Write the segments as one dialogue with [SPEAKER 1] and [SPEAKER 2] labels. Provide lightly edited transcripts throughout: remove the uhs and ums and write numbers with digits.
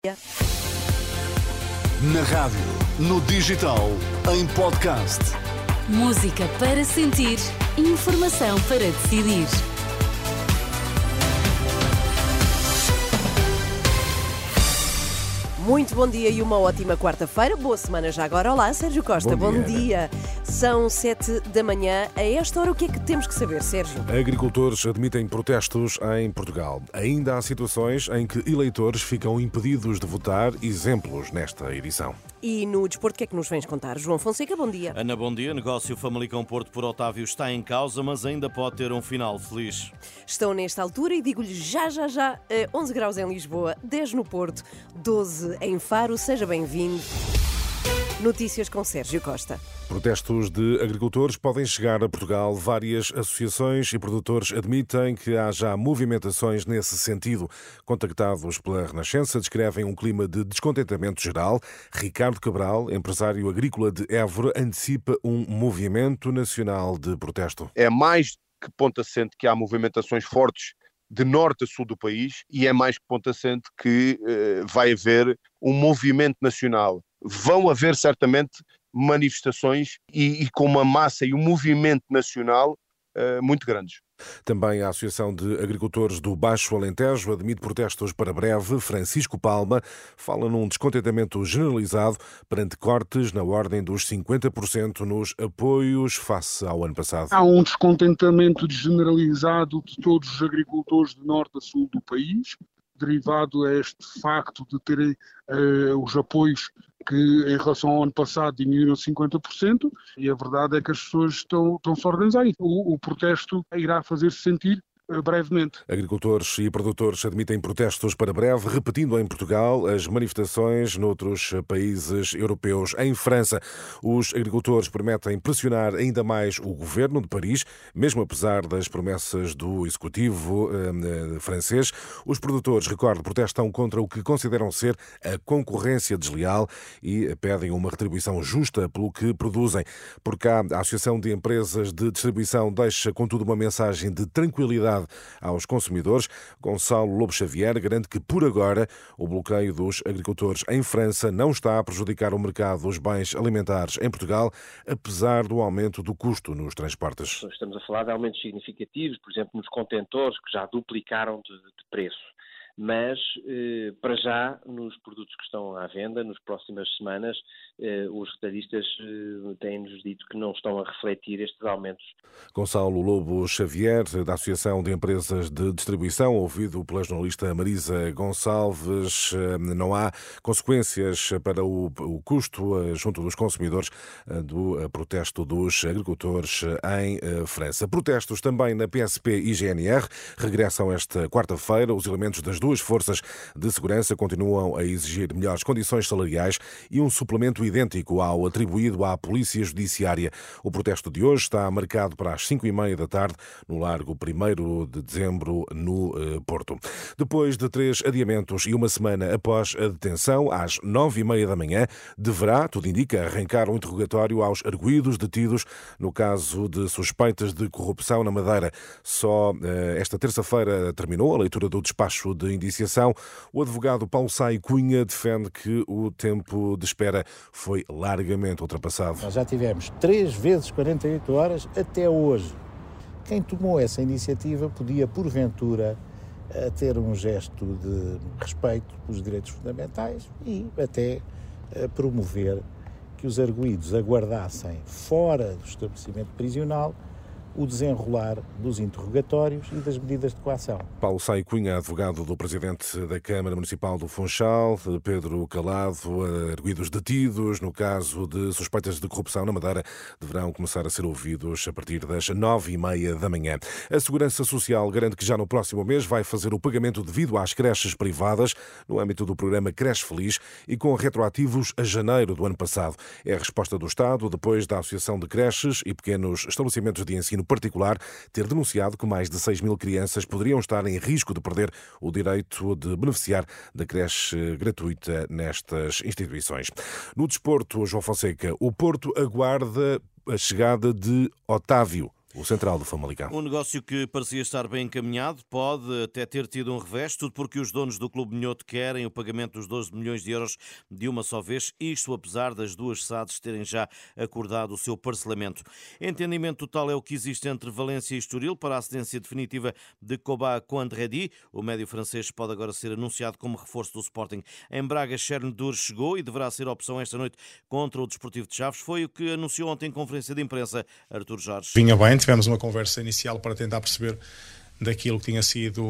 [SPEAKER 1] Na rádio, no digital, em podcast.
[SPEAKER 2] Música para sentir, informação para decidir.
[SPEAKER 3] Muito bom dia e uma ótima quarta-feira. Boa semana já agora. Olá, Sérgio Costa. Bom dia. São 7 da manhã. A esta hora, o que é que temos que saber, Sérgio?
[SPEAKER 4] Agricultores admitem protestos em Portugal. Ainda há situações em que eleitores ficam impedidos de votar. Exemplos nesta edição.
[SPEAKER 3] E no desporto, o que é que nos vens contar? João Fonseca, bom dia.
[SPEAKER 5] Ana, bom dia. Negócio Famalicão Porto por Otávio está em causa, mas ainda pode ter um final feliz.
[SPEAKER 3] Estão nesta altura e digo-lhe já, 11 graus em Lisboa, 10 no Porto, 12 em Faro. Seja bem-vindo. Notícias com Sérgio Costa.
[SPEAKER 4] Protestos de agricultores podem chegar a Portugal. Várias associações e produtores admitem que há já movimentações nesse sentido. Contactados pela Renascença, descrevem um clima de descontentamento geral. Ricardo Cabral, empresário agrícola de Évora, antecipa um movimento nacional de protesto.
[SPEAKER 6] É mais que ponto assente que há movimentações fortes de norte a sul do país e é mais que ponto assente que vai haver um movimento nacional. Vão haver certamente manifestações e com uma massa e um movimento nacional muito grandes.
[SPEAKER 4] Também a Associação de Agricultores do Baixo Alentejo admite protestos para breve. Francisco Palma fala num descontentamento generalizado perante cortes na ordem dos 50% nos apoios face ao ano passado.
[SPEAKER 7] Há um descontentamento generalizado de todos os agricultores de norte a sul do país, derivado a este facto de terem os apoios que em relação ao ano passado diminuíram 50%, e a verdade é que as pessoas estão-se a organizar e o protesto irá fazer-se sentir brevemente.
[SPEAKER 4] Agricultores e produtores admitem protestos para breve, repetindo em Portugal as manifestações noutros países europeus. Em França, os agricultores prometem pressionar ainda mais o governo de Paris, mesmo apesar das promessas do executivo francês. Os produtores, recordo, protestam contra o que consideram ser a concorrência desleal e pedem uma retribuição justa pelo que produzem. Por cá, a Associação de Empresas de Distribuição deixa, contudo, uma mensagem de tranquilidade aos consumidores. Gonçalo Lobo Xavier garante que, por agora, o bloqueio dos agricultores em França não está a prejudicar o mercado dos bens alimentares em Portugal, apesar do aumento do custo nos transportes.
[SPEAKER 8] Estamos a falar de aumentos significativos, por exemplo, nos contentores, que já duplicaram de preço. Mas, para já, nos produtos que estão à venda, nas próximas semanas, os retalhistas têm-nos dito que não estão a refletir estes aumentos.
[SPEAKER 4] Gonçalo Lobo Xavier, da Associação de Empresas de Distribuição, ouvido pela jornalista Marisa Gonçalves, não há consequências para o custo junto dos consumidores do protesto dos agricultores em França. Protestos também na PSP e GNR regressam esta quarta-feira. Os elementos das duas forças de segurança continuam a exigir melhores condições salariais e um suplemento idêntico ao atribuído à Polícia Judiciária. O protesto de hoje está marcado para as 5h30 da tarde no Largo 1º de Dezembro, no Porto. Depois de 3 adiamentos e uma semana após a detenção, às 9h30 da manhã, deverá, tudo indica, arrancar um interrogatório aos arguidos detidos no caso de suspeitas de corrupção na Madeira. Só esta terça-feira terminou a leitura do despacho de indiciação. O advogado Paulo Sá Cunha defende que o tempo de espera foi largamente ultrapassado.
[SPEAKER 9] Nós já tivemos 3 vezes 48 horas até hoje. Quem tomou essa iniciativa podia, porventura, ter um gesto de respeito pelos direitos fundamentais e até promover que os arguidos aguardassem fora do estabelecimento prisional o desenrolar dos interrogatórios e das medidas de coação.
[SPEAKER 4] Paulo Sá Cunha, advogado do presidente da Câmara Municipal do Funchal, Pedro Calado, arguidos detidos no caso de suspeitas de corrupção na Madeira, deverão começar a ser ouvidos a partir das 9h30 da manhã. A Segurança Social garante que já no próximo mês vai fazer o pagamento devido às creches privadas no âmbito do programa Creche Feliz e com retroativos a janeiro do ano passado. É a resposta do Estado depois da Associação de Creches e Pequenos Estabelecimentos de Ensino Particular ter denunciado que mais de 6.000 crianças poderiam estar em risco de perder o direito de beneficiar da creche gratuita nestas instituições. No desporto, João Fonseca, o Porto aguarda a chegada de Otávio. o central do Famalicão.
[SPEAKER 5] Um negócio que parecia estar bem encaminhado pode até ter tido um revés, tudo porque os donos do Clube Minhoto querem o pagamento dos 12 milhões de euros de uma só vez, isto apesar das duas SADs terem já acordado o seu parcelamento. Entendimento total é o que existe entre Valência e Estoril para a cedência definitiva de Coba Coandredi. O médio francês pode agora ser anunciado como reforço do Sporting. Em Braga, Chernobyl chegou e deverá ser opção esta noite contra o Desportivo de Chaves. Foi o que anunciou ontem em conferência de imprensa Artur Jorge.
[SPEAKER 10] Vinha bem, tivemos uma conversa inicial para tentar perceber daquilo que tinha sido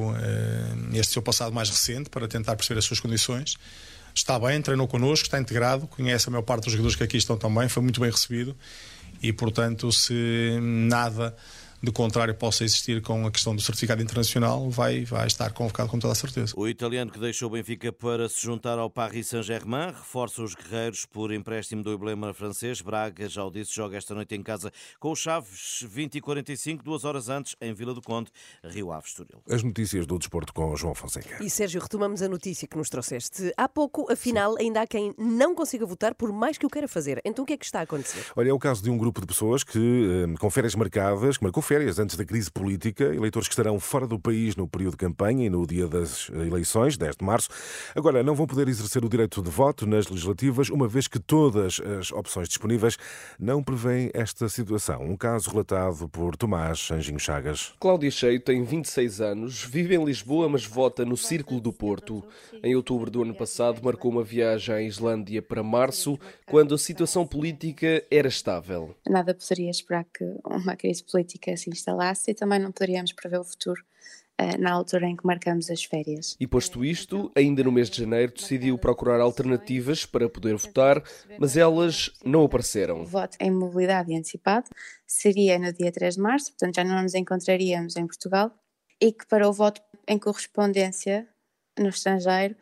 [SPEAKER 10] este seu passado mais recente, para tentar perceber as suas condições. Está bem, treinou connosco, está integrado, conhece a maior parte dos jogadores que aqui estão também, foi muito bem recebido e, portanto, se nada de contrário possa existir com a questão do certificado internacional, vai estar convocado com toda a certeza.
[SPEAKER 5] O italiano que deixou o Benfica para se juntar ao Paris Saint-Germain reforça os guerreiros por empréstimo do emblema francês. Braga, já o disse, joga esta noite em casa com o Chaves, 20h45, 2 horas antes, em Vila do Conde, Rio Ave, Estoril.
[SPEAKER 4] As notícias do desporto com João Fonseca.
[SPEAKER 3] E Sérgio, retomamos a notícia que nos trouxeste. Há pouco, afinal, ainda há quem não consiga votar por mais que o queira fazer. Então o que é que está a acontecer?
[SPEAKER 4] Olha, é o caso de um grupo de pessoas que, com férias marcadas, que marcou férias antes da crise política, eleitores que estarão fora do país no período de campanha e no dia das eleições, 10 de março, agora não vão poder exercer o direito de voto nas legislativas, uma vez que todas as opções disponíveis não prevêem esta situação. Um caso relatado por Tomás Anjinho Chagas.
[SPEAKER 11] Cláudia Cheio tem 26 anos, vive em Lisboa, mas vota no Círculo do Porto. Em outubro do ano passado, marcou uma viagem à Islândia para março, quando a situação política era estável.
[SPEAKER 12] Nada poderia esperar que uma crise política se instalasse e também não poderíamos prever o futuro na altura em que marcamos as férias.
[SPEAKER 11] E posto isto, ainda no mês de janeiro decidiu procurar alternativas para poder votar, mas elas não apareceram.
[SPEAKER 12] O voto em mobilidade antecipado seria no dia 3 de março, portanto já não nos encontraríamos em Portugal, e que para o voto em correspondência no estrangeiro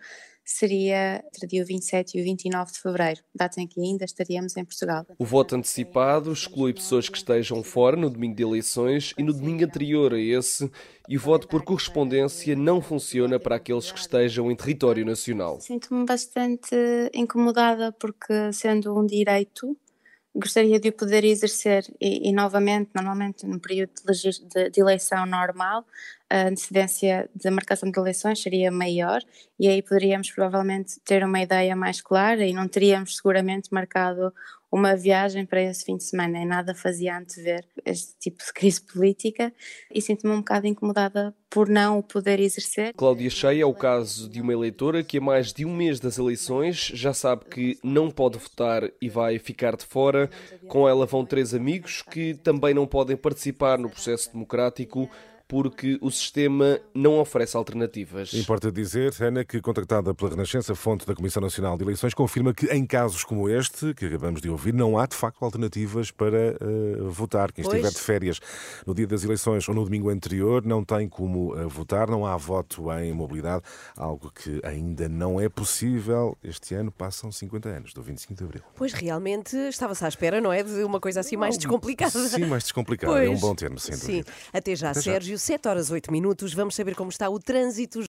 [SPEAKER 12] seria entre o dia 27 e o 29 de fevereiro, data em que ainda estaríamos em Portugal.
[SPEAKER 11] O voto antecipado exclui pessoas que estejam fora no domingo de eleições e no domingo anterior a esse, e o voto por correspondência não funciona para aqueles que estejam em território nacional.
[SPEAKER 12] Sinto-me bastante incomodada porque, sendo um direito, gostaria de o poder exercer e novamente, normalmente no período de eleição normal, a antecedência de marcação de eleições seria maior e aí poderíamos provavelmente ter uma ideia mais clara e não teríamos seguramente marcado uma viagem para esse fim de semana. Em nada fazia antever este tipo de crise política e sinto-me um bocado incomodada por não o poder exercer.
[SPEAKER 11] Cláudia Cheia é o caso de uma eleitora que a mais de um mês das eleições já sabe que não pode votar e vai ficar de fora. Com ela vão 3 amigos que também não podem participar no processo democrático porque o sistema não oferece alternativas.
[SPEAKER 4] Importa dizer, Ana, que contactada pela Renascença, fonte da Comissão Nacional de Eleições, confirma que em casos como este, que acabamos de ouvir, não há de facto alternativas para votar. Quem estiver de férias no dia das eleições ou no domingo anterior não tem como votar, não há voto em mobilidade, algo que ainda não é possível. Este ano passam 50 anos, do 25 de Abril.
[SPEAKER 3] Pois realmente estava-se à espera, não é? De uma coisa assim mais descomplicada.
[SPEAKER 4] Sim, mais descomplicada.
[SPEAKER 3] Pois.
[SPEAKER 4] É um bom termo, sem dúvida.
[SPEAKER 3] Sim. Até já, Sérgio. 7h08. Vamos saber como está o trânsito.